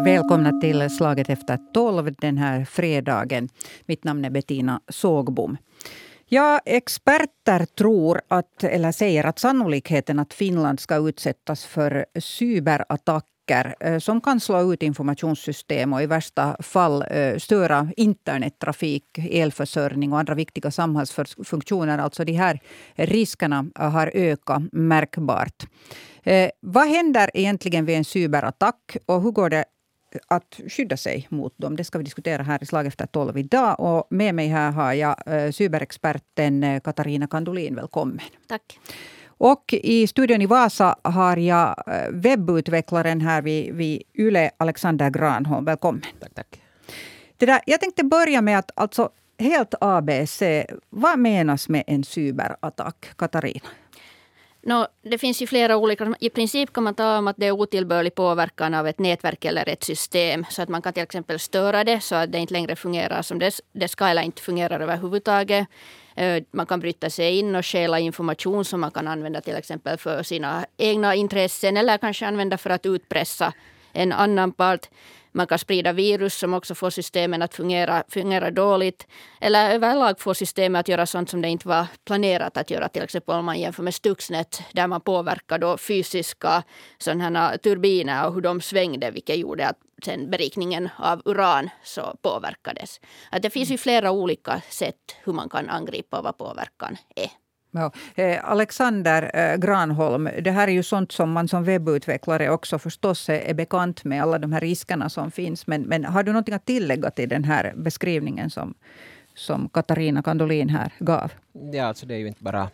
Välkomna till Slaget efter 12 den här fredagen. Mitt namn är Bettina Sågbom. Ja, experter tror eller säger att sannolikheten att Finland ska utsättas för cyberattacker som kan slå ut informationssystem och i värsta fall störa internettrafik, elförsörjning och andra viktiga samhällsfunktioner. Alltså de här riskerna har ökat märkbart. Vad händer egentligen vid en cyberattack och hur går det att skydda sig mot dem? Det ska vi diskutera här i Slag efter 12 idag. Och med mig här har jag cyberexperten Katarina Kandolin. Välkommen. Tack. Och i studion i Vasa har jag webbutvecklaren här vid Yle, Alexander Granholm. Välkommen. Tack. Jag tänkte börja med att alltså helt ABC. Vad menas med en cyberattack, Katarina? Det finns ju flera olika. I princip kan man ta om att det är otillbörlig påverkan av ett nätverk eller ett system. Så att man kan till exempel störa det så att det inte längre fungerar som det ska eller inte fungerar överhuvudtaget. Man kan bryta sig in och stjäla information som man kan använda till exempel för sina egna intressen eller kanske använda för att utpressa en annan part. Man kan sprida virus som också får systemen att fungera dåligt. Eller överlag får systemet att göra sånt som det inte var planerat att göra. Till exempel om man jämför med Stuxnet där man påverkar då fysiska sådana turbiner och hur de svängde. Vilket gjorde att sen berikningen av uran så påverkades. Att det finns ju flera olika sätt hur man kan angripa vad påverkan är. Ja. Alexander Granholm, det här är ju sånt som man som webbutvecklare också förstås är bekant med, alla de här riskerna som finns. Men har du något att tillägga till den här beskrivningen som Katarina Kandolin här gav? Ja, alltså det är ju inte bara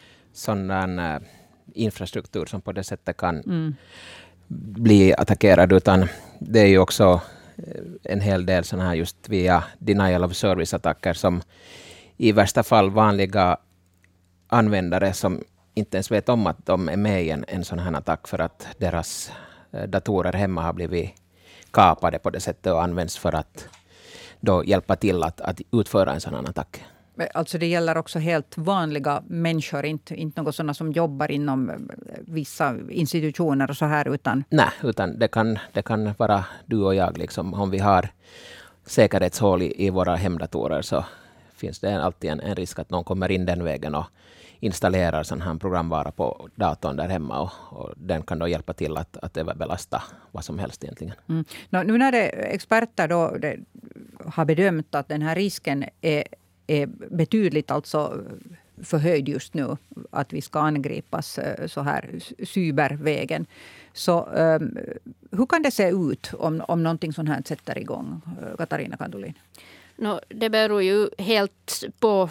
sån infrastruktur som på det sättet kan bli attackerad, utan det är ju också en hel del sån här just via denial of service-attacker som i värsta fall vanliga användare som inte ens vet om att de är med i en sån här attack för att deras datorer hemma har blivit kapade på det sättet och används för att då hjälpa till att utföra en sån här attack. Alltså det gäller också helt vanliga människor, inte något sådana som jobbar inom vissa institutioner och så här utan... Nej, utan det kan vara du och jag liksom. Om vi har säkerhetshål i våra hemdatorer så finns det alltid en risk att någon kommer in den vägen och installerar sån här programvara på datorn där hemma och den kan då hjälpa till att överbelasta vad som helst egentligen. Nu när experter då har bedömt att den här risken är betydligt alltså förhöjd just nu, att vi ska angripas så här cybervägen. Så hur kan det se ut om någonting sånt här sätter igång, Katarina Kandolin? Det beror ju helt på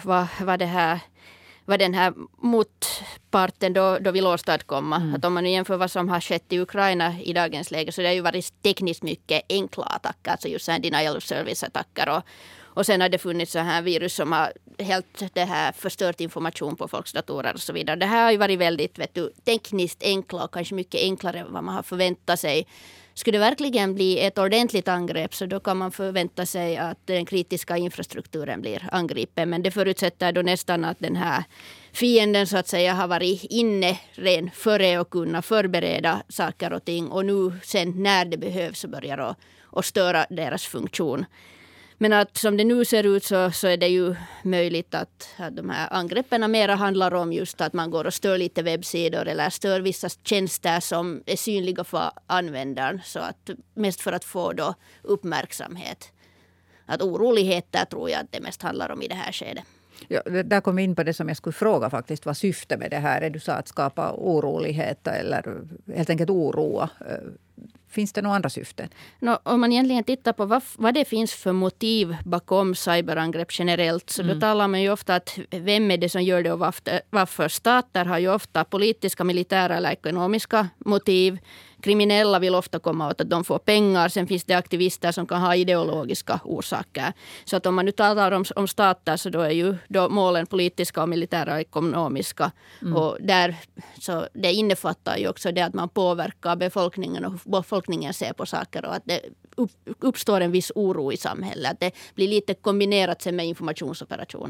vad den här motparten då vill åstadkomma. Att om man nu jämför vad som har skett i Ukraina i dagens läge så det har ju varit tekniskt mycket enkla attacker. Alltså just så här denial of service-attacker. Och sen har det funnits så här virus som har helt det här förstört information på folks datorer och så vidare. Det här har ju varit väldigt tekniskt enkla och kanske mycket enklare än vad man har förväntat sig. Skulle det verkligen bli ett ordentligt angrepp så då kan man förvänta sig att den kritiska infrastrukturen blir angripen. Men det förutsätter då nästan att den här fienden så att säga har varit inne redan före och kunna förbereda saker och ting. Och nu sen när det behövs så börjar att störa deras funktion. Men att som det nu ser ut så är det ju möjligt att de här angreppen mera handlar om just att man går och stör lite webbsidor eller stör vissa tjänster som är synliga för användaren. Så att mest för att få då uppmärksamhet. Att oroligheter tror jag att det mest handlar om i det här skedet. Ja, där kom vi in på det som jag skulle fråga faktiskt. Vad syftet med det här är? Du sa att skapa oroligheter eller helt enkelt oroa. Finns det några andra syften? Om man egentligen tittar på vad det finns för motiv bakom cyberangrepp generellt så då talar man ju ofta att vem är det som gör det och varför. Stater har ju ofta politiska, militära eller ekonomiska motiv. Kriminella vill ofta komma åt att de får pengar. Sen finns det aktivister som kan ha ideologiska orsaker. Så att om man nu talar om stater så då är ju då målen politiska och militära och ekonomiska. Och där, så det innefattar ju också det att man påverkar befolkningen och befolkningen ser på saker och att det uppstår en viss oro i samhället. Att det blir lite kombinerat med informationsoperationer.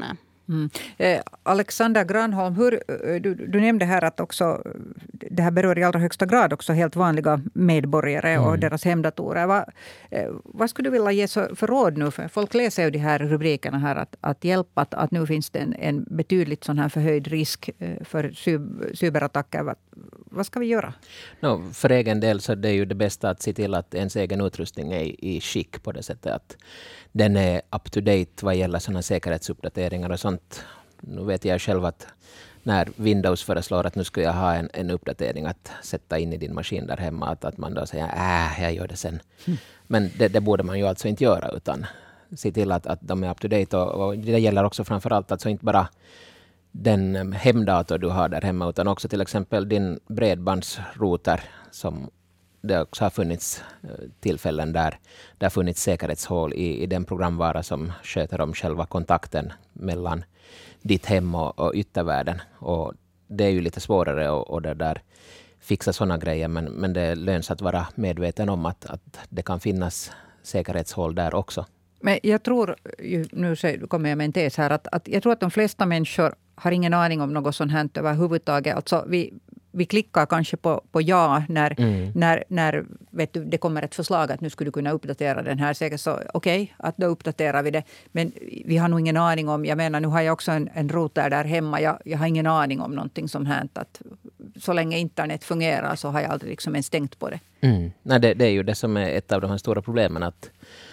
Alexander Granholm, du nämnde här att också det här berör i allra högsta grad också helt vanliga medborgare och deras hemdatorer. Vad skulle du vilja ge för råd nu? För folk läser ju de här rubrikerna här att hjälpa att nu finns det en betydligt sån här förhöjd risk för cyberattacker. Vad ska vi göra? För egen del så är det ju det bästa att se till att ens egen utrustning är i skick på det sättet att den är up to date vad gäller sådana säkerhetsuppdateringar och sånt. Nu vet jag själv att när Windows föreslår att nu ska jag ha en uppdatering att sätta in i din maskin där hemma, att man då säger jag gör det sen. Men det borde man ju alltså inte göra, utan se till att de är up to date. Och det gäller också framförallt alltså inte bara den hemdator du har där hemma, utan också till exempel din bredbandsrouter, som det också har funnits tillfällen där det har funnits säkerhetshål i den programvara som sköter om själva kontakten mellan ditt hem och yttervärlden. Och det är ju lite svårare och det där fixa sådana grejer, men det är lönt att vara medveten om att det kan finnas säkerhetshål där också. Men jag tror, nu kommer jag med en tes här, att jag tror att de flesta människor har ingen aning om något sånt här överhuvudtaget. Alltså vi klickar kanske på ja när vet du, det kommer ett förslag att nu skulle du kunna uppdatera den här. Säkert så okej, att då uppdaterar vi det. Men vi har nog ingen aning om, jag menar nu har jag också en router där hemma. Jag har ingen aning om någonting som hänt. Att så länge internet fungerar så har jag aldrig liksom ens tänkt på det. Nej, det är ju det som är ett av de här stora problemen, att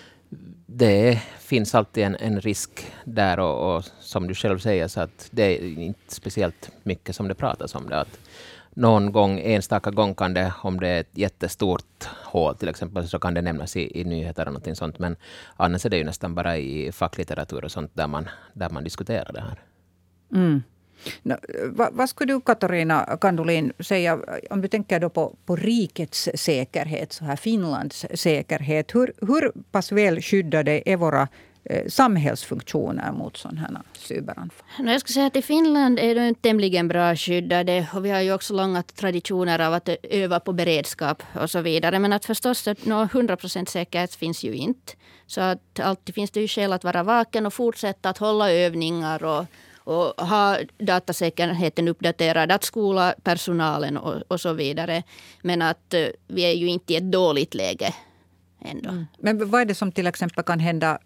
det finns alltid en risk där och som du själv säger, så att det är inte speciellt mycket som det pratas om det. Att enstaka gång kan det, om det är ett jättestort hål till exempel, så kan det nämnas i nyheter och någonting sånt. Men annars är det ju nästan bara i facklitteratur och sånt där man diskuterar det här. Vad skulle du, Katarina Kandolin, säga om du tänker då på rikets säkerhet, så här Finlands säkerhet. Hur pass väl skyddade är våra samhällsfunktioner mot sådana här cyberanfall? Jag skulle säga att i Finland är de tämligen bra skyddade, och vi har ju också långa traditioner av att öva på beredskap och så vidare. Men att förstås 100% säkerhet finns ju inte. Så att alltid finns det ju skäl att vara vaken och fortsätta att hålla övningar och ha datasäkerheten uppdaterad, att skola personalen och så vidare. Men att vi är ju inte i ett dåligt läge ändå. Men vad är det som till exempel kan hända?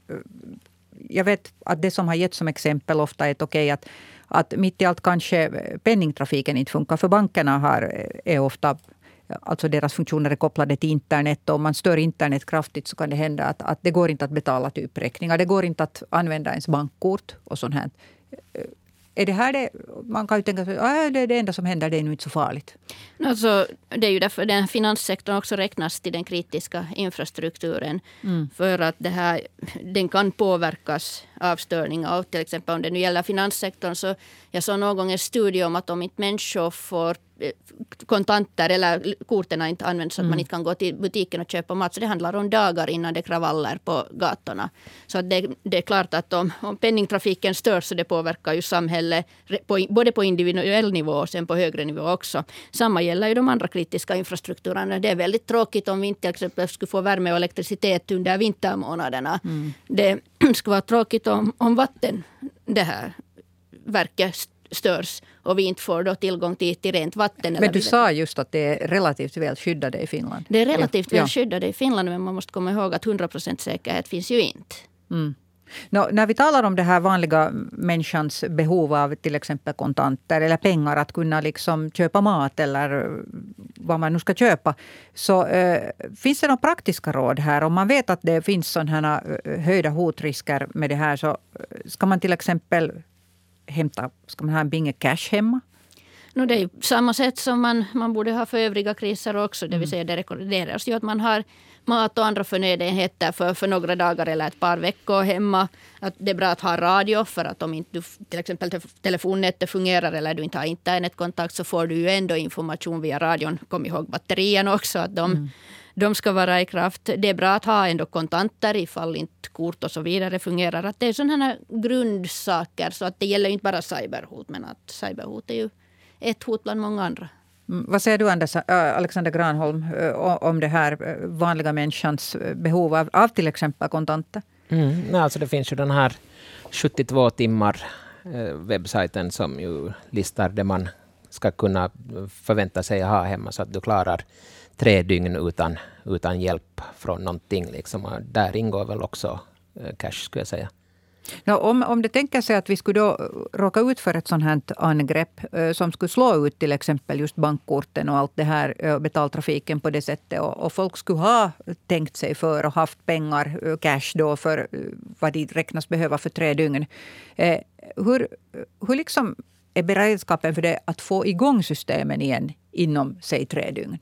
Jag vet att det som har gett som exempel ofta är okej att mitt i allt kanske penningtrafiken inte funkar. För bankerna är ofta, alltså deras funktioner är kopplade till internet, och om man stör internet kraftigt så kan det hända att det går inte att betala typ räkningar. Det går inte att använda ens bankkort och sånt här. Är det här det? Man kan ju tänka sig att det är det enda som händer, det är nu inte så farligt. Alltså, det är ju därför den finanssektorn också räknas till den kritiska infrastrukturen. För att den kan påverkas av störningar. Och till exempel om det nu gäller finanssektorn, så jag såg någon gång en studie om att om inte människor får kontanter eller korten inte används så att man inte kan gå till butiken och köpa mat. Så det handlar om dagar innan det kravaller på gatorna. Så att det är klart att om penningtrafiken störs, så det påverkar ju samhället både på individuell nivå och sen på högre nivå också. Samma gäller ju de andra kritiska infrastrukturerna. Det är väldigt tråkigt om vi inte till exempel skulle få värme och elektricitet under vintermånaderna. Det skulle vara tråkigt om vatten det här verket störs och vi inte får då tillgång till rent vatten. Men du sa just att det är relativt väl skyddade i Finland. Det är relativt väl skyddade i Finland, men man måste komma ihåg att 100% säkerhet finns ju inte. När vi talar om det här vanliga människans behov av till exempel kontanter eller pengar att kunna liksom köpa mat eller vad man nu ska köpa, så finns det några praktiska råd här? Om man vet att det finns sådana här höjda hotrisker med det här, så ska man till exempel ska man ha en binge cash hemma? Det är samma sätt som man borde ha för övriga kriser också. Det vill säga det rekommenderas ju att man har mat och andra förnödenheter för några dagar eller ett par veckor hemma. Att det är bra att ha radio, för att om inte till exempel telefonnätet fungerar eller du inte har internetkontakt, så får du ju ändå information via radion. Kom ihåg batterien också, att de ska vara i kraft. Det är bra att ha ändå kontanter ifall inte kort och så vidare fungerar. Att det är sådana här grundsaker, så att det gäller inte bara cyberhot, men att cyberhot är ju ett hot bland många andra. Vad säger du, Alexander Granholm, om det här vanliga människans behov av till exempel kontanter? Alltså det finns ju den här 72 timmar webbsajten som ju listar det man ska kunna förvänta sig ha hemma så att du klarar 3 dygn utan hjälp från någonting. Liksom. Och där ingår väl också cash, skulle jag säga. Ja, om det tänker sig att vi skulle då råka ut för ett sådant här angrepp som skulle slå ut till exempel just bankkorten och allt det här, betaltrafiken på det sättet, och folk skulle ha tänkt sig för och haft pengar, cash då, för vad de räknas behöva för 3 dygn. Hur liksom är beredskapen för det att få igång systemen igen inom, säg, 3 dygn?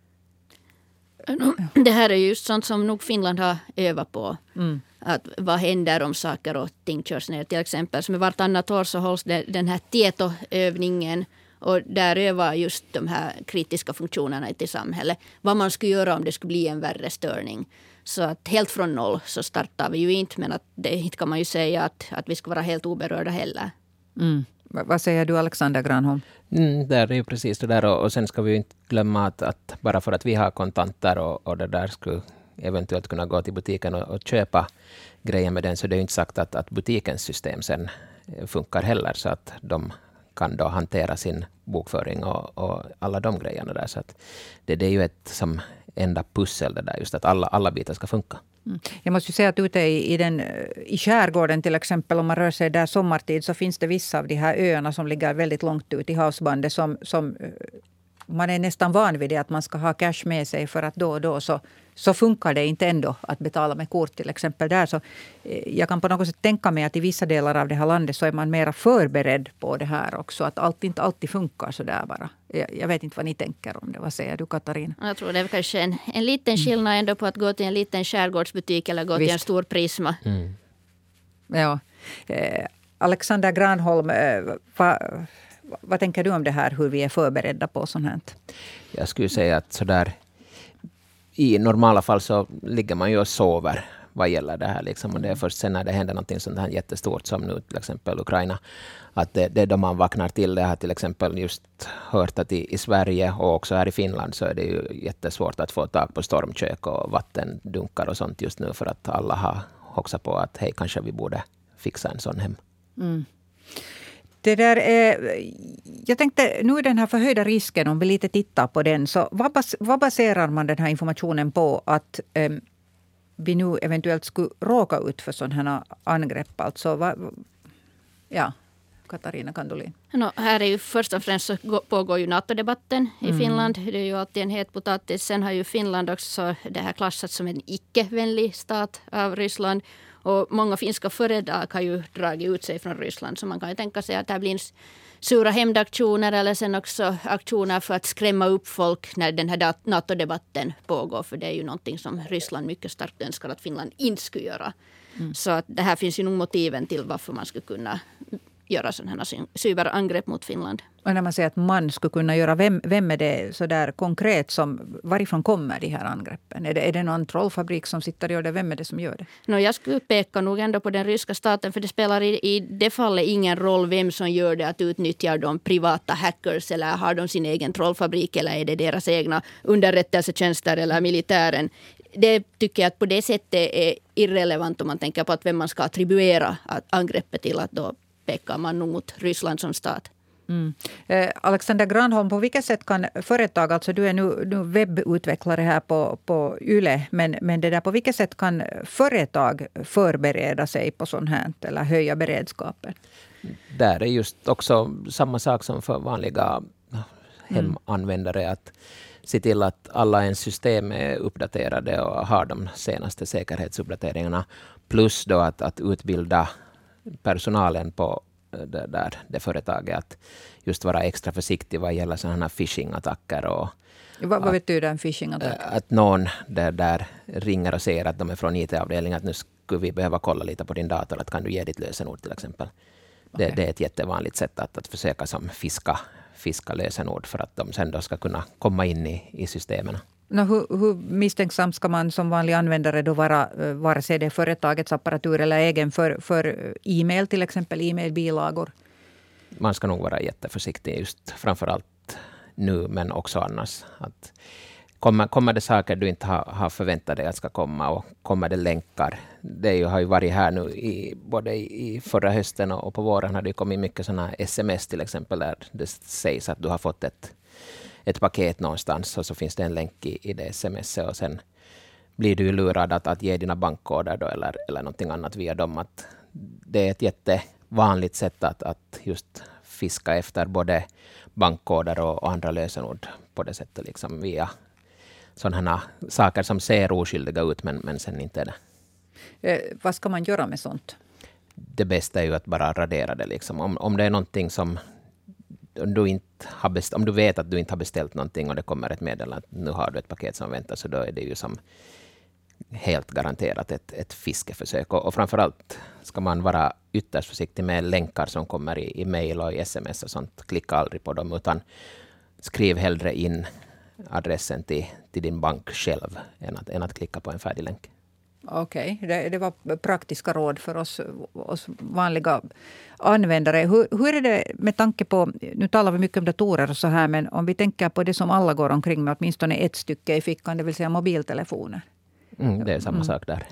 Det här är just sånt som nog Finland har övat på. Att vad händer om saker och ting körs ner. Till exempel som vartannat år så hålls den här Tieto-övningen. Och där övar just de här kritiska funktionerna i samhället. Vad man skulle göra om det skulle bli en värre störning. Så att helt från noll så startar vi ju inte. Men att det inte kan man ju säga att vi ska vara helt oberörda heller. Vad säger du, Alexander Granholm? Det är ju precis det där. Och sen ska vi ju inte glömma att bara för att vi har kontanter och det där skulle eventuellt kunna gå till butiken och köpa grejer med den, så det är ju inte sagt att butikens system sen funkar heller, så att de kan då hantera sin bokföring och alla de grejerna där. Så att det är ju ett som enda pussel det där, just att alla bitar ska funka. Jag måste ju säga att ute i skärgården till exempel, om man rör sig där sommartid, så finns det vissa av de här öarna som ligger väldigt långt ut i havsbandet som man är nästan van vid det, att man ska ha cash med sig, för att då och då så funkar det inte ändå att betala med kort till exempel där. Så jag kan på något sätt tänka mig att i vissa delar av det här landet så är man mer förberedd på det här också. Att allt inte alltid funkar så där bara. Jag vet inte vad ni tänker om det. Vad säger du, Katarina? Jag tror det är kanske en liten skillnad ändå på att gå till en liten skärgårdsbutik eller gå till en stor Prisma. Ja. Alexander Granholm, vad tänker du om det här, hur vi är förberedda på sånt här? Jag skulle säga att sådär, i normala fall så ligger man ju och sover vad gäller det här. Liksom. Och det är först sen när det händer något sånt här jättestort som nu till exempel Ukraina, att det är då man vaknar till. Det har till exempel just hört att i Sverige och också här i Finland så är det ju jättesvårt att få tag på stormkök och vattendunkar och sånt just nu, för att alla har hoxat på att hej, kanske vi borde fixa en sån hem. Det där jag tänkte nu den här förhöjda risken, om vi lite tittar på den, så vad baserar man den här informationen på att vi nu eventuellt skulle råka ut för sådana här angrepp? Alltså, Katarina Kandolin. Här är ju först och främst så pågår ju NATO-debatten i Finland. Det är ju alltid en het potatis. Sen har ju Finland också det här klassats som en icke-vänlig stat av Ryssland. Och många finska företag har ju dragit ut sig från Ryssland. Så man kan ju tänka sig att det blir sura hämndaktioner eller sen också aktioner för att skrämma upp folk när den här NATO-debatten pågår. För det är ju någonting som Ryssland mycket starkt önskar att Finland inte skulle göra. Så att det här finns ju nog motiven till varför man skulle kunna göra sådana här cyberangrepp mot Finland. Och när man säger att man skulle kunna göra, vem är det så där konkret varifrån kommer de här angreppen? Är det någon trollfabrik som sitter och gör det? Vem är det som gör det? Jag skulle peka nog ändå på den ryska staten, för det spelar i det fallet ingen roll vem som gör det, att utnyttja de privata hackers eller har de sin egen trollfabrik eller är det deras egna underrättelsetjänster eller militären. Det tycker jag att på det sättet är irrelevant om man tänker på att vem man ska attribuera angreppet till, att då pekar man nog mot Ryssland som stat. Alexander Granholm, på vilket sätt kan företag, alltså du är nu webbutvecklare här på YLE, men det där, på vilket sätt kan företag förbereda sig på sånt här eller höja beredskapen? Där är just också samma sak som för vanliga hemanvändare, att se till att alla ens system är uppdaterade och har de senaste säkerhetsuppdateringarna, plus då att utbilda personalen på det företaget, att just vara extra försiktig vad gäller sådana här phishing-attacker. Vad betyder en phishing-attack? Att någon där ringer och säger att de är från IT-avdelningen, att nu skulle vi behöva kolla lite på din dator, att kan du ge ditt lösenord till exempel. Okay. Det är ett jättevanligt sätt att försöka som fiska lösenord för att de sen då ska kunna komma in i systemen. Hur misstänksam ska man som vanlig användare då vara, vare sig det är företagets apparatur eller egen för e-mail, till exempel e-mailbilagor? Man ska nog vara jätteförsiktig just framförallt nu, men också annars. Att Kommer det saker du inte har förväntat dig att ska komma, och kommer det länkar? Det har ju varit här nu både i förra hösten och på våren har det kommit mycket sådana sms till exempel, där det sägs att du har fått ett paket någonstans, och så finns det en länk i det sms, och sen blir du lurad att ge dina bankkoder då, eller någonting annat via dem. Att det är ett jättevanligt sätt att just fiska efter både bankkoder och andra lösenord på det sättet, liksom via sådana saker som ser oskyldiga ut, men sen inte är det. Vad ska man göra med sånt? Det bästa är ju att bara radera det. Liksom. Om det är någonting som om du vet att du inte har beställt någonting och det kommer ett meddelande att nu har du ett paket som väntar, så då är det ju som helt garanterat ett fiskeförsök. Och framförallt ska man vara ytterst försiktig med länkar som kommer i mejl och i sms och sånt. Klicka aldrig på dem, utan skriv hellre in adressen till din bank själv än att klicka på en färdig länk. Okej, det var praktiska råd för oss vanliga användare. Hur är det med tanke på, nu talar vi mycket om datorer och så här, men om vi tänker på det som alla går omkring med åtminstone ett stycke i fickan, det vill säga mobiltelefoner. Det är samma sak där.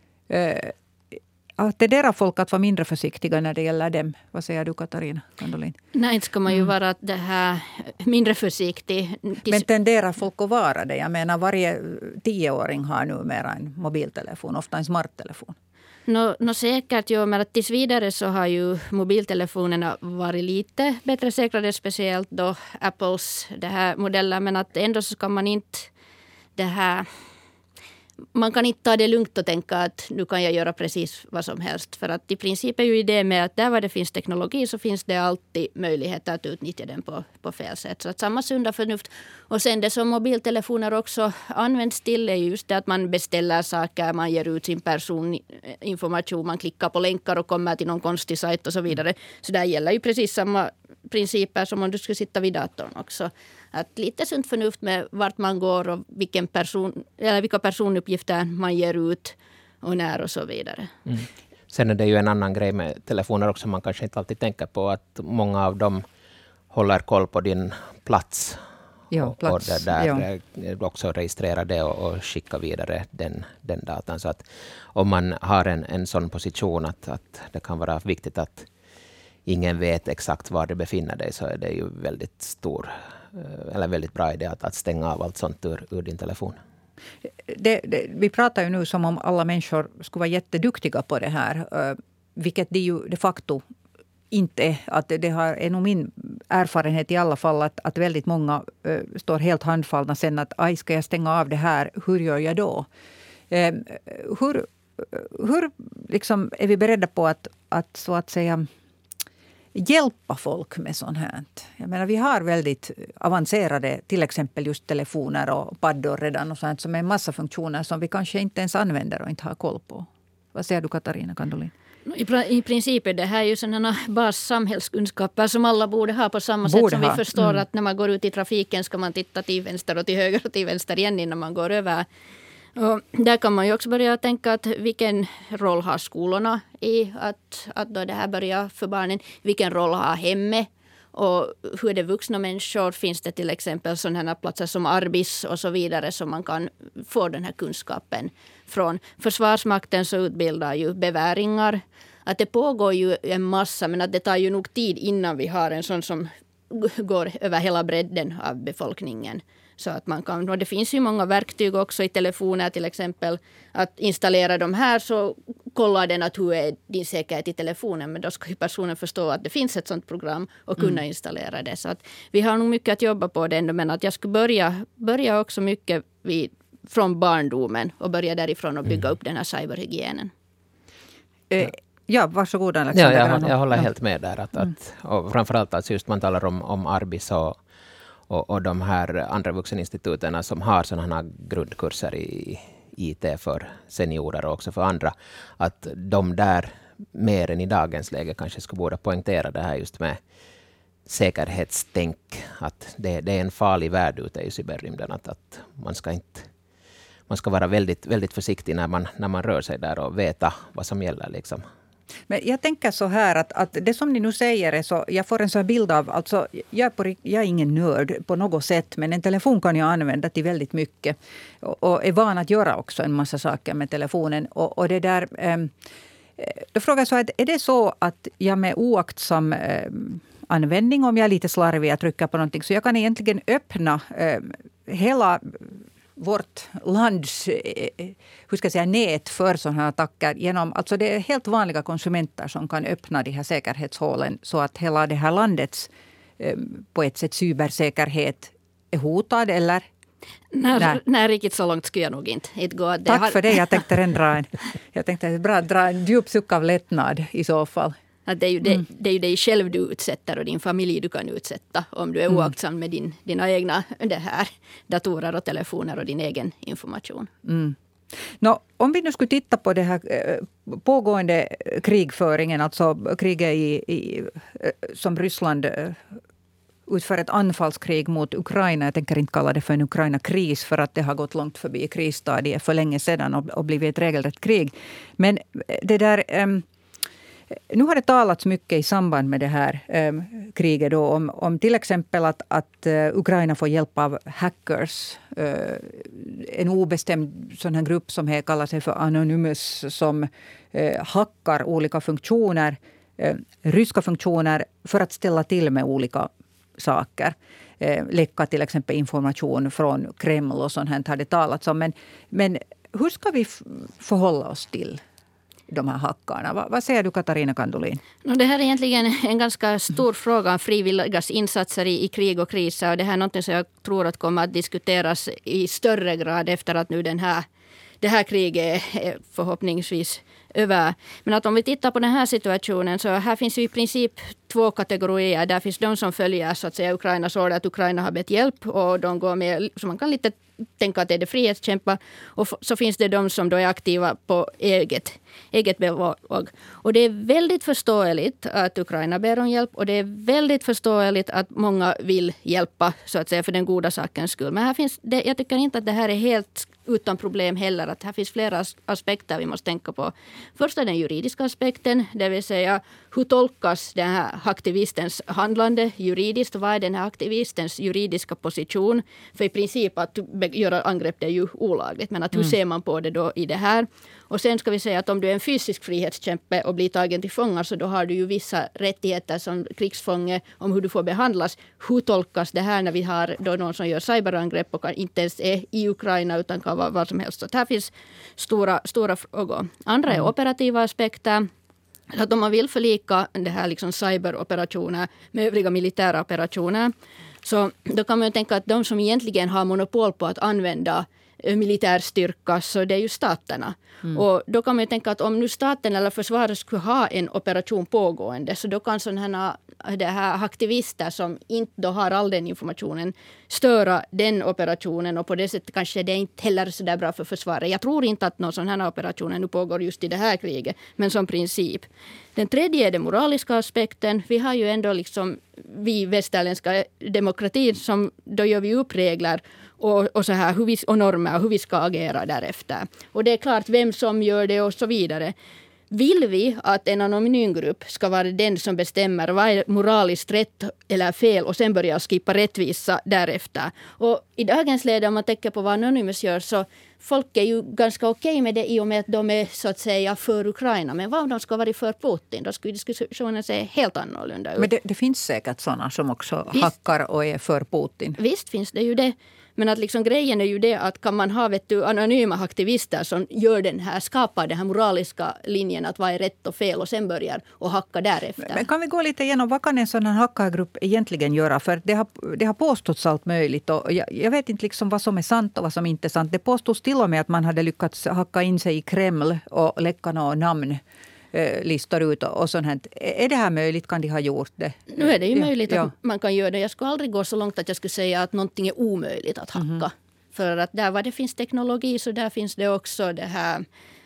Tenderar folk att vara mindre försiktiga när det gäller dem? Vad säger du, Katarina Kandolin? Nej, inte ska man ju vara det här mindre försiktig. Men tenderar folk att vara det? Jag menar, varje 10-åring har numera en mobiltelefon, ofta en smarttelefon. Nå säkert, jo, men tills vidare så har ju mobiltelefonerna varit lite bättre säkrade, speciellt då Apples det här modeller, men att ändå så ska man inte det här... Man kan inte ta det lugnt och tänka att nu kan jag göra precis vad som helst. För att i princip är ju idén med att där var det finns teknologi så finns det alltid möjlighet att utnyttja den på fel sätt. Så att samma sunda förnuft. Och sen det som mobiltelefoner också används till är just det att man beställer saker, man ger ut sin personinformation, man klickar på länkar och kommer till någon konstig sajt och så vidare. Så där gäller ju precis samma principer som om du skulle sitta vid datorn också. Att lite sunt förnuft med vart man går och vilka personuppgifter man ger ut och när och så vidare. Mm. Sen är det ju en annan grej med telefoner också. Man kanske inte alltid tänker på att många av dem håller koll på din plats. Ja, plats. Och där också registrerar det och skickar vidare den datan. Så att om man har en sån position att det kan vara viktigt att ingen vet exakt var du befinner dig, så är det ju väldigt bra idé att stänga av allt sånt ur din telefon. Vi pratar ju nu som om alla människor skulle vara jätteduktiga på det här. Vilket det ju de facto inte är. Att det är nog min erfarenhet i alla fall att väldigt många står helt handfallna sen att ska jag stänga av det här, hur gör jag då? Hur liksom är vi beredda på att så att säga hjälpa folk med sånt här? Jag menar, vi har väldigt avancerade, till exempel just telefoner och paddor redan och sånt som är en massa funktioner som vi kanske inte ens använder och inte har koll på. Vad säger du, Katarina Kandolin? I princip är det här ju sådana bassamhällskunskaper som alla borde ha på samma sätt som vi förstår att när man går ut i trafiken ska man titta till vänster och till höger och till vänster igen innan man går över. Och där kan man ju också börja tänka att vilken roll har skolorna i att då det här börjar för barnen. Vilken roll har hemmet och hur är det vuxna människor? Finns det till exempel sådana platser som Arbis och så vidare som man kan få den här kunskapen från. Försvarsmakten så utbildar ju beväringar. Att det pågår ju en massa, men att det tar ju nog tid innan vi har en sån som går över hela bredden av befolkningen. Så att man kan, och det finns ju många verktyg också i telefoner till exempel. Att installera de här så kollar den att hur är din säkerhet i telefonen. Men då ska ju personen förstå att det finns ett sådant program och kunna installera det. Så att vi har nog mycket att jobba på det ändå. Men att jag skulle börja också mycket från barndomen och börja därifrån och bygga upp den här cyberhygienen. Ja, varsågod Alexander. Ja, jag håller helt med där. Och framförallt att just man talar om Arbis och de här andra vuxeninstituterna som har sådana här grundkurser i IT för seniorer och också för andra. Att de där mer än i dagens läge kanske skulle borde poängtera det här just med säkerhetstänk. Att det är en farlig värld ute i cyberrymden. Att man ska vara väldigt, väldigt försiktig när man rör sig där och veta vad som gäller liksom. Men jag tänker så här att det som ni nu säger är så, jag får en sån här bild av, alltså jag är ingen nörd på något sätt, men en telefon kan jag använda till väldigt mycket och är van att göra också en massa saker med telefonen. Och det där, då frågar jag så här, är det så att jag med oaktsam användning, om jag är lite slarvig att trycka på någonting, så jag kan egentligen öppna hela vårt lands nät för sådana här attacker genom, alltså det är helt vanliga konsumenter som kan öppna de här säkerhetshålen så att hela det här landets på ett sätt cybersäkerhet är hotad, eller? Nej, riktigt så långt skulle jag nog inte gå. Tack för det, jag tänkte dra en djup suck av lättnad i så fall. Att det är ju dig själv du utsätter och din familj du kan utsätta om du är oaktsam med dina egna datorer och telefoner och din egen information. Om vi nu skulle titta på det här pågående krigföringen, alltså kriget som Ryssland utför ett anfallskrig mot Ukraina. Jag tänker inte kalla det för en Ukraina-kris för att det har gått långt förbi krisstadiet för länge sedan och blivit ett regelrätt krig. Men det där... Nu har det talats mycket i samband med det här kriget då, om till exempel att Ukraina får hjälp av hackers. En obestämd sån här grupp som kallar sig för Anonymous som hackar olika funktioner, ryska funktioner för att ställa till med olika saker. Läcka till exempel information från Kreml och sånt här har det talats om. Men hur ska vi förhålla oss till de här hackarna? Vad säger du, Katarina Kandolin? Det här är egentligen en ganska stor fråga om frivilligas insatser i krig och kriser. Och det här är något som jag tror att kommer att diskuteras i större grad efter att nu det här kriget är förhoppningsvis över. Men att om vi tittar på den här situationen så här finns ju i princip två kategorier. Där finns de som följer så att säga Ukrainas order att Ukraina har bett hjälp och de går med, så man kan lite tänka att det är det frihetskämpar. Och så finns det de som då är aktiva på eget bevåg. Och det är väldigt förståeligt att Ukraina ber om hjälp och det är väldigt förståeligt att många vill hjälpa så att säga för den goda sakens skull. Men här finns det, jag tycker inte att det här är helt utan problem heller. Att här finns flera aspekter vi måste tänka på. Först är den juridiska aspekten, det vill säga hur tolkas den här aktivistens handlande juridiskt? Vad är den här aktivistens juridiska position? För i princip att göra angrepp är ju olagligt, men att hur ser man på det då i det här? Och sen ska vi säga att om du är en fysisk frihetskämpe och blir tagen till fångar så då har du ju vissa rättigheter som krigsfånge om hur du får behandlas. Hur tolkas det här när vi har då någon som gör cyberangrepp och inte ens är i Ukraina utan kan vara vad som helst. Så här finns stora frågor. Andra är operativa aspekter. Att om man vill förlika det här liksom cyberoperationer med övriga militära operationer så då kan man ju tänka att de som egentligen har monopol på att använda militärstyrka så det är ju staterna. Och då kan man ju tänka att om nu staten eller försvaret skulle ha en operation pågående så då kan sådana här aktivister som inte då har all den informationen störa den operationen och på det sättet kanske det är inte heller så där bra för försvaret. Jag tror inte att någon sån här operation nu pågår just i det här kriget, men som princip. Den tredje är den moraliska aspekten. Vi har ju ändå liksom vi västerländska demokratin som då gör vi upp regler och så här och normer och hur vi ska agera därefter. Och det är klart vem som gör det och så vidare. Vill vi att en anonym grupp ska vara den som bestämmer vad är moraliskt rätt eller fel och sen börja skippa rättvisa därefter? Och i dagens läge om man tänker på vad Anonymous gör så folk är ju ganska okej med det i och med att de är så att säga för Ukraina. Men vad om de ska vara för Putin? Då skulle diskussionen se helt annorlunda ut. Men det finns säkert sådana som också hackar och är för Putin. Visst finns det ju det. Men att liksom grejen är ju det att kan man ha anonyma aktivister som gör skapar den här moraliska linjen att vad är rätt och fel och sen börjar och hacka därefter. Men kan vi gå lite igenom vad kan en sån här hackargrupp egentligen göra? För det har påståtts allt möjligt och jag vet inte liksom vad som är sant och vad som inte är sant. Det påstås till och med att man hade lyckats hacka in sig i Kreml och läcka några namn. Listor ut och sånt här. Är det här möjligt? Kan de ha gjort det? Nu är det ju möjligt att man kan göra det. Jag skulle aldrig gå så långt att jag skulle säga att någonting är omöjligt att hacka. För att där var det finns teknologi så där finns det också det här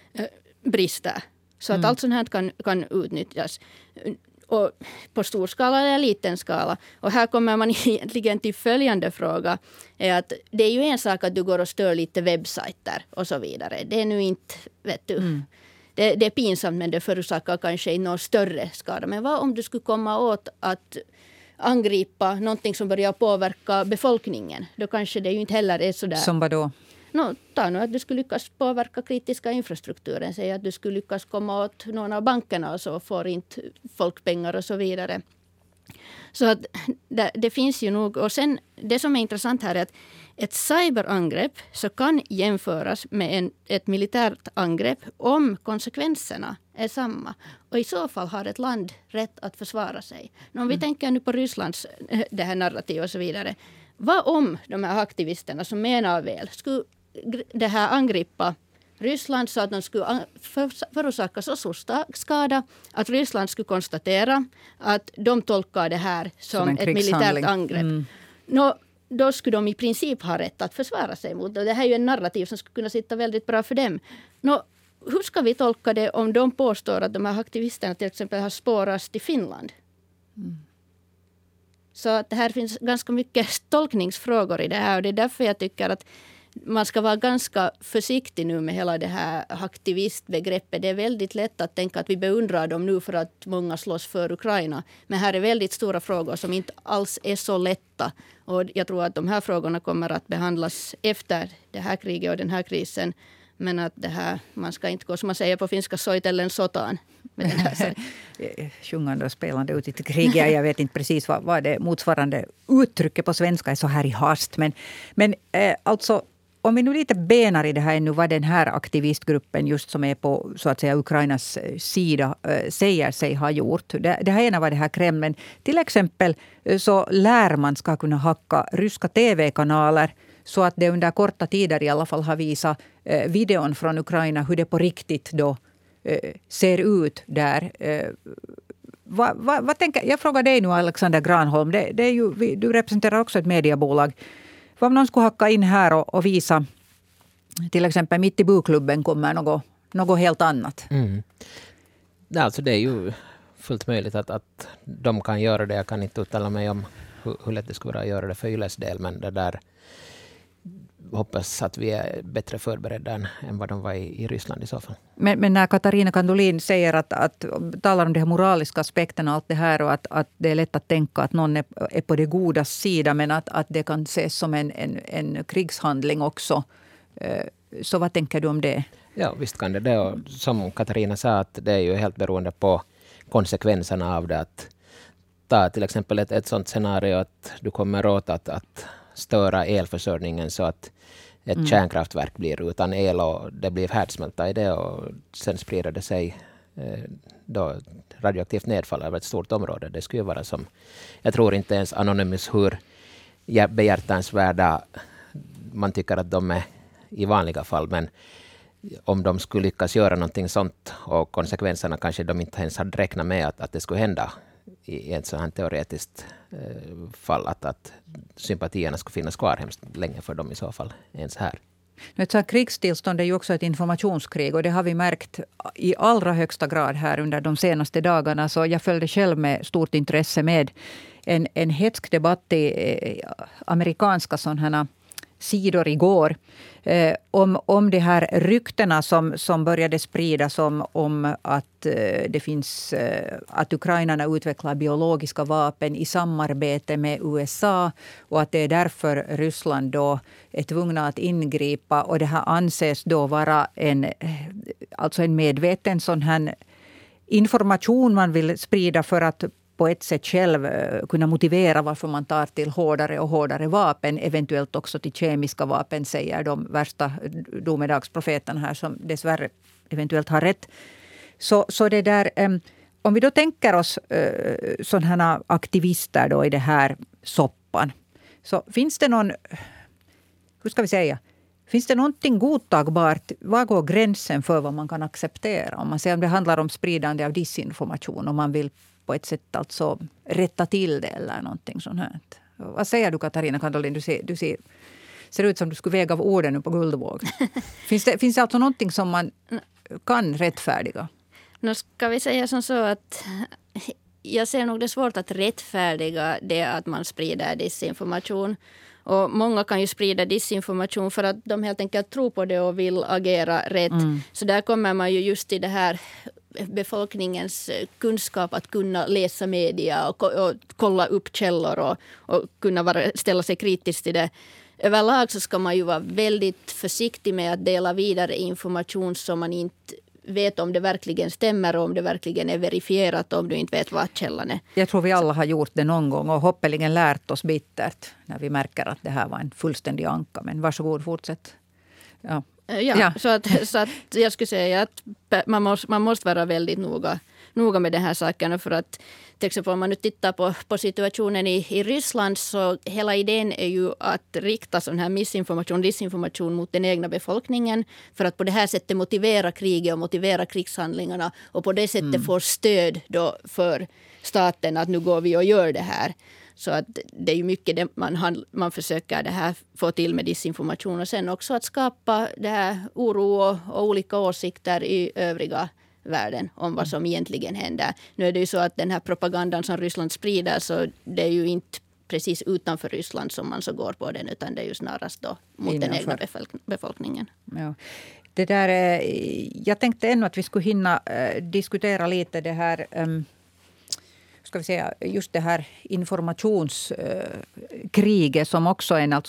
brister. Så att allt sånt här kan utnyttjas. Och på stor skala eller liten skala. Och här kommer man egentligen till följande fråga. Är att det är ju en sak att du går och stör lite webbsajter och så vidare. Det är nu inte, vet du... det är pinsamt, men det förorsakar kanske inte någon större skada. Men vad om du skulle komma åt att angripa någonting som börjar påverka befolkningen? Då kanske det ju inte heller är sådär. Som vad då? Ta nu att du skulle lyckas påverka kritiska infrastrukturen. Säg att du skulle lyckas komma åt någon av bankerna och så får inte folk pengar och så vidare. Så att det finns ju nog. Och sen det som är intressant här är att ett cyberangrepp så kan jämföras med ett militärt angrepp om konsekvenserna är samma. Och i så fall har ett land rätt att försvara sig. Om vi tänker nu på Rysslands det här narrativ och så vidare. Vad om de här aktivisterna som menar väl skulle det här angripa Ryssland så att de skulle förorsaka så stor skada att Ryssland skulle konstatera att de tolkar det här som ett militärt angrepp. Då skulle de i princip ha rätt att försvara sig mot det. Det här är ju en narrativ som skulle kunna sitta väldigt bra för dem. Hur ska vi tolka det om de påstår att de här aktivisterna till exempel har spårats till Finland? Så att det här finns ganska mycket tolkningsfrågor i det här. Och det är därför jag tycker att man ska vara ganska försiktig nu med hela det här aktivistbegreppet. Det är väldigt lätt att tänka att vi beundrar dem nu för att många slåss för Ukraina. Men här är väldigt stora frågor som inte alls är så lätta. Och jag tror att de här frågorna kommer att behandlas efter det här kriget och den här krisen. Men att det här, man ska inte gå som man säger på finska soitellen sotaan. Sjungande och spelande ut i kriget. Jag vet inte precis vad det motsvarande uttrycket på svenska är så här i hast. Men alltså, om vi nu lite benar i det här ännu, vad den här aktivistgruppen just som är på så att säga Ukrainas sida säger sig ha gjort. Det här ena var det här Kreml. Men till exempel så lär man ska kunna hacka ryska tv-kanaler så att det under korta tider i alla fall har visat videon från Ukraina hur det på riktigt då ser ut där. Vad tänker, jag frågar dig nu, Alexander Granholm. Det är ju, du representerar också ett mediebolag. Vad om någon skulle hacka in här och visa till exempel mitt i bokklubben kommer något helt annat? Alltså det är ju fullt möjligt att de kan göra det. Jag kan inte uttala mig om hur lätt det skulle vara att göra det för Yles del, men det där hoppas att vi är bättre förberedda än vad de var i Ryssland i så fall. Men när Katarina Kandolin säger att talar om de här moraliska aspekterna och allt det här och att det är lätt att tänka att någon är på det goda sida men att det kan ses som en krigshandling också. Så vad tänker du om det? Ja, visst kan det. Och som Katarina sa, att det är ju helt beroende på konsekvenserna av det. Att ta till exempel ett sånt scenario att du kommer åt att störa elförsörjningen så att ett kärnkraftverk blir utan el och det blir härdsmälta i det och sen sprider det sig då radioaktivt nedfall över ett stort område. Det skulle ju vara som, jag tror inte ens Anonymous hur behjärtansvärda man tycker att de är i vanliga fall, men om de skulle lyckas göra någonting sånt och konsekvenserna kanske de inte ens hade räknat med att det skulle hända i ett sådant teoretiskt fall att sympatierna skulle finnas kvar hemskt länge för dem i så fall ens här. Ett sådant krigstillstånd är ju också ett informationskrig och det har vi märkt i allra högsta grad här under de senaste dagarna. Så jag följde själv med stort intresse med en hetsk debatt i amerikanska sådana sidor igår om de här ryktena som började spridas om att det finns att ukrainarna utvecklar biologiska vapen i samarbete med USA och att det är därför Ryssland då är tvungna att ingripa och det här anses då vara en medveten sån här information man vill sprida för att på ett sätt själv kunna motivera varför man tar till hårdare och hårdare vapen, eventuellt också till kemiska vapen, säger de värsta domedagsprofeterna här som dessvärre eventuellt har rätt. Så det där, om vi då tänker oss sådana här aktivister då i det här soppan, så finns det någon, hur ska vi säga, finns det någonting godtagbart? Var går gränsen för vad man kan acceptera? Om man säger om det handlar om spridande av disinformation, om man vill på ett sätt alltså rätta till det eller någonting sånt här. Vad säger du, Katarina Kandolin? Du ser ut som du skulle väga av orden på guldvåg. Finns det alltså någonting som man kan rättfärdiga? Nu ska vi säga som så att jag ser nog det svårt att rättfärdiga det att man sprider disinformation. Och många kan ju sprida disinformation för att de helt enkelt tror på det och vill agera rätt. Så där kommer man ju just till det här befolkningens kunskap att kunna läsa media och kolla upp källor och kunna ställa sig kritiskt till det. Överlag så ska man ju vara väldigt försiktig med att dela vidare information som man inte vet om det verkligen stämmer och om det verkligen är verifierat om du inte vet vad källan är. Jag tror vi alla har gjort det någon gång och hoppeligen lärt oss bittert när vi märker att det här var en fullständig anka. Men varsågod, fortsätt. Ja. Ja. Så att jag skulle säga att man måste vara väldigt noga med den här saken. För att till exempel om man nu tittar på situationen i Ryssland, så hela idén är ju att rikta sån här disinformation mot den egna befolkningen för att på det här sättet motivera kriget och motivera krigshandlingarna och på det sättet få stöd då för staten att nu går vi och gör det här. Så att det är ju mycket det man försöker det här få till med disinformation och sen också att skapa det här oro och olika åsikter i övriga världen om vad som egentligen händer. Nu är det ju så att den här propagandan som Ryssland sprider, så det är ju inte precis utanför Ryssland som man så går på den, utan det är ju snarast då mot den egna befolkningen. Ja. Det där, jag tänkte ännu att vi skulle hinna diskutera lite det här ska vi säga, just det här informationskriget som också är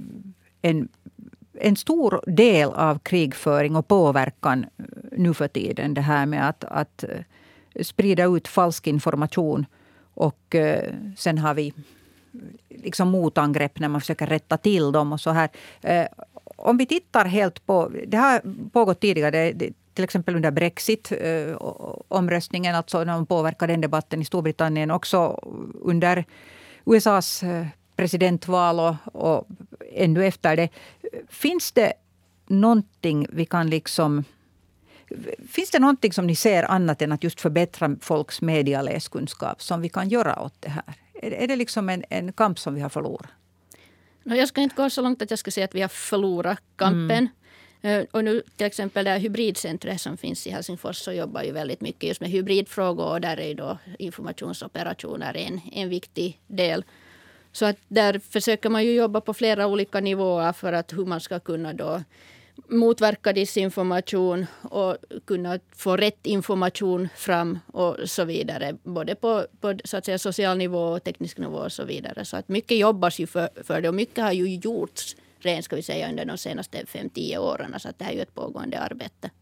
en stor del av krigföring och påverkan nu för tiden. Det här med att sprida ut falsk information och sen har vi liksom motangrepp när man försöker rätta till dem och så här. Om vi tittar helt på, det har pågått tidigare, till exempel under Brexit-omröstningen, alltså när man påverkar den debatten i Storbritannien, också under USAs presidentval och ännu efter det. Finns det någonting vi kan liksom... Finns det någonting som ni ser annat än att just förbättra folks medialäskunskap som vi kan göra åt det här? Är det liksom en kamp som vi har förlorat? Jag ska inte gå så långt att jag ska säga att vi har förlorat kampen. Och nu till exempel det här hybridcentret som finns i Helsingfors, så jobbar ju väldigt mycket just med hybridfrågor, och där är då informationsoperationer en viktig del. Så att där försöker man ju jobba på flera olika nivåer för att hur man ska kunna då motverka disinformation och kunna få rätt information fram och så vidare. Både på så att säga social nivå och teknisk nivå och så vidare. Så att mycket jobbas ju för det, och mycket har ju gjorts redan, ska vi säga, under de senaste 5-10 åren. Så att det här är ju ett pågående arbete.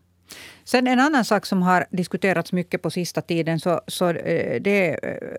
Sen en annan sak som har diskuterats mycket på sista tiden, så det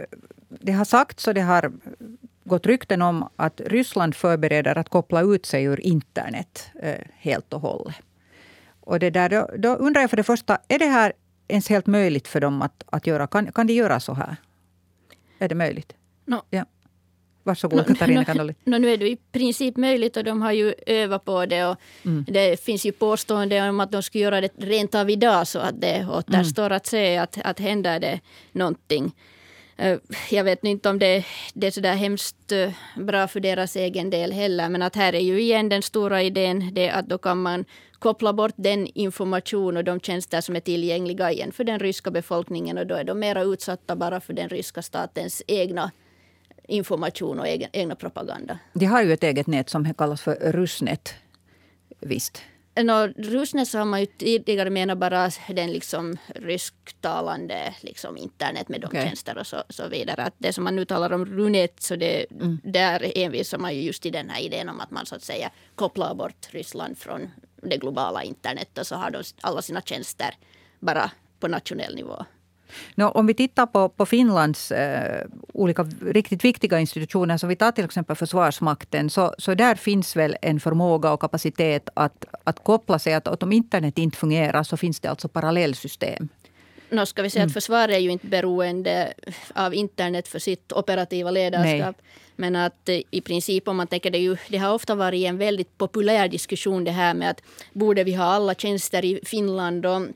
har sagts och det har gått rykten om att Ryssland förbereder att koppla ut sig ur internet helt och hållet. Och det där, då undrar jag för det första, är det här ens helt möjligt för dem att göra? Kan de göra så här? Är det möjligt? Ja. Varsågod, Katarina Kandoli. Nu är det i princip möjligt, och de har ju övat på det. Och det finns ju påstående om att de ska göra det rent av idag, så att det återstår att se att händer det någonting. Jag vet inte om det är så där hemskt bra för deras egen del heller. Men att här är ju igen den stora idén, det att då kan man koppla bort den information och de tjänster som är tillgängliga igen för den ryska befolkningen. Och då är de mera utsatta bara för den ryska statens egna information och egna propaganda. De har ju ett eget nät som kallas för Rusnet, visst. Rusnet så har man ju tidigare menat bara den liksom rysktalande liksom internet med de tjänster och så vidare. Att det som man nu talar om Runet, så där envisar man ju just i den här idén om att man så att säga kopplar bort Ryssland från det globala internet, och så har de alla sina tjänster bara på nationell nivå. Om vi tittar på Finlands olika riktigt viktiga institutioner, så vi tar till exempel Försvarsmakten, så där finns väl en förmåga och kapacitet att koppla sig, att om internet inte fungerar så finns det alltså parallellsystem. Ska vi säga att försvaret är ju inte beroende av internet för sitt operativa ledarskap. Nej. Men att i princip, om man tänker det har ofta varit en väldigt populär diskussion det här med att borde vi ha alla tjänster i Finland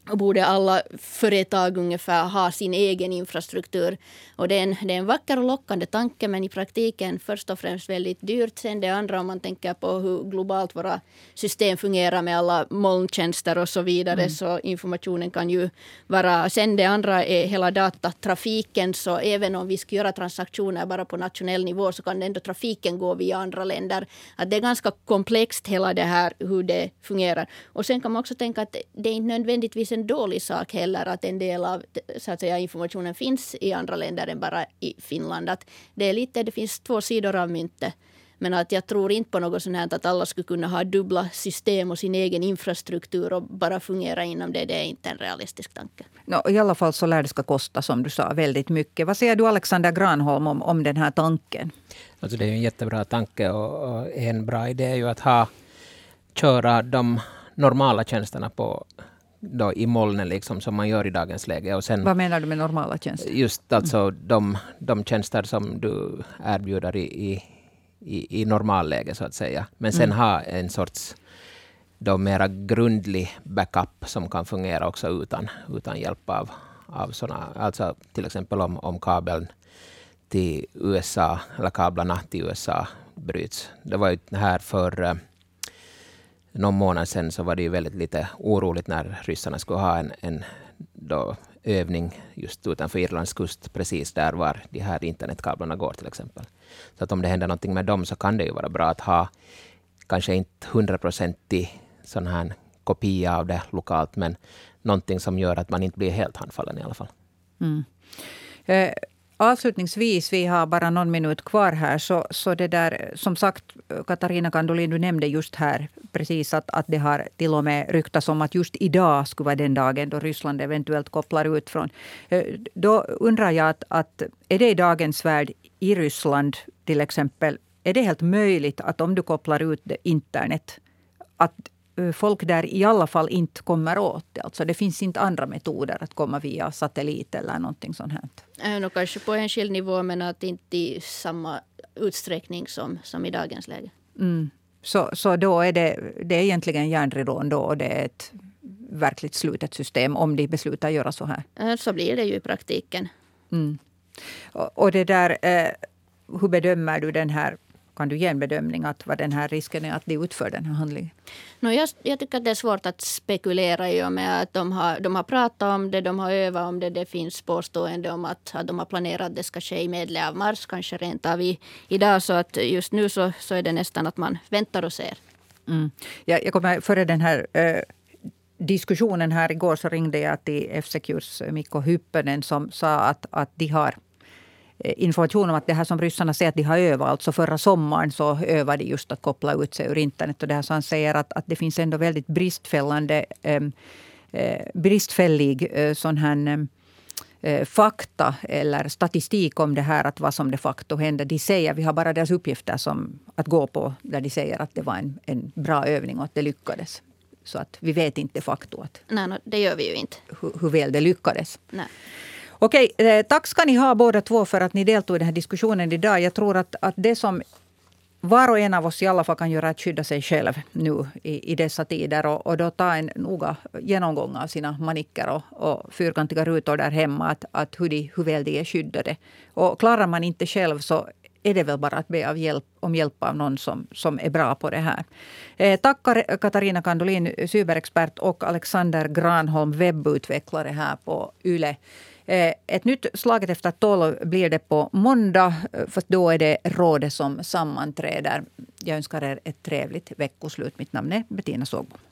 borde alla företag ungefär ha sin egen infrastruktur. Och det är en vacker och lockande tanke, men i praktiken först och främst väldigt dyrt. Sen det andra, om man tänker på hur globalt våra system fungerar med alla molntjänster och så vidare, så informationen kan ju vara... Sen det andra är hela datatrafiken, så även om vi ska göra transaktioner bara på nationell nivå, så kan ändå trafiken gå via andra länder. Att det är ganska komplext hela det här, hur det fungerar. Och sen kan man också tänka att det är inte nödvändigtvis en dålig sak heller att en del av, så att säga, informationen finns i andra länder än bara i Finland. Att det finns två sidor av myntet. Men att jag tror inte på något sånt här att alla skulle kunna ha dubbla system och sin egen infrastruktur och bara fungera inom det. Det är inte en realistisk tanke. I alla fall så lär det ska kosta, som du sa, väldigt mycket. Vad säger du, Alexander Granholm, om den här tanken? Alltså det är ju en jättebra tanke, och en bra idé är ju att köra de normala tjänsterna på då i molnen, liksom, som man gör i dagens läge. Och sen, vad menar du med normala tjänster? Just alltså de tjänster som du erbjuder i normalläge, så att säga. Men sen ha en sorts då mera grundlig backup som kan fungera också utan hjälp av sådana, alltså till exempel om kabeln till USA eller kablarna till USA bryts. Det var ju här för någon månad sedan, så var det ju väldigt lite oroligt när ryssarna skulle ha en då övning just utanför Irlands kust, precis där var de här internetkablarna går till exempel. Så att om det händer någonting med dem, så kan det ju vara bra att ha kanske inte 100% sån här kopia av det lokalt, men någonting som gör att man inte blir helt handfallen i alla fall. Avslutningsvis, vi har bara någon minut kvar här, så det där, som sagt, Katarina Kandolin, du nämnde just här precis att det har till och med ryktats om att just idag skulle vara den dagen då Ryssland eventuellt kopplar ut från. Då undrar jag att är det i dagens värld i Ryssland till exempel, är det helt möjligt att om du kopplar ut internet, att folk där i alla fall inte kommer åt det? Alltså det finns inte andra metoder att komma via satellit eller någonting sånt här. Nog kanske på enskild nivå, men att inte i samma utsträckning som i dagens läge. Så då är det är egentligen järnridån då, och det är ett verkligt slutet system om de beslutar göra så här. Så blir det ju i praktiken. Och det där, hur bedömer du den här? Kan du ge en bedömning att vad den här risken är att de utför den här handlingen? Jag tycker att det är svårt att spekulera i och med att de har pratat om det, de har övat om det. Det finns påstående om att de har planerat att det ska ske i medle av mars, kanske rent av idag. Så att just nu så är det nästan att man väntar och ser. Jag kommer före den här diskussionen här igår, så ringde jag till F-Secures Mikko Hyppönen som sa att de har information om att det här som ryssarna säger att de har övat, alltså förra sommaren så övade de just att koppla ut sig ur internet. Och det här så han säger att det finns ändå väldigt bristfällig sån här fakta eller statistik om det här, att vad som de facto hände. De säger, vi har bara deras uppgifter som att gå på, där de säger att det var en bra övning och att det lyckades. Så att vi vet inte faktumet. Nej, det gör vi ju inte. Hur väl det lyckades. Nej. Okej, tack ska ni ha båda två för att ni deltog i den här diskussionen idag. Jag tror att det som var och en av oss i alla fall kan göra att skydda sig själv nu i dessa tider. Och då ta en noga genomgång av sina manicker och fyrkantiga rutor där hemma. Att hur väl de är skyddade. Och klarar man inte själv så är det väl bara att be om hjälp av någon som är bra på det här. Tack Katarina Kandolin, cyberexpert, och Alexander Granholm, webbutvecklare här på YLE. Ett nytt Slaget efter 12 blir det på måndag, för då är det rådet som sammanträder. Jag önskar er ett trevligt veckoslut. Mitt namn är Bettina Sågbom.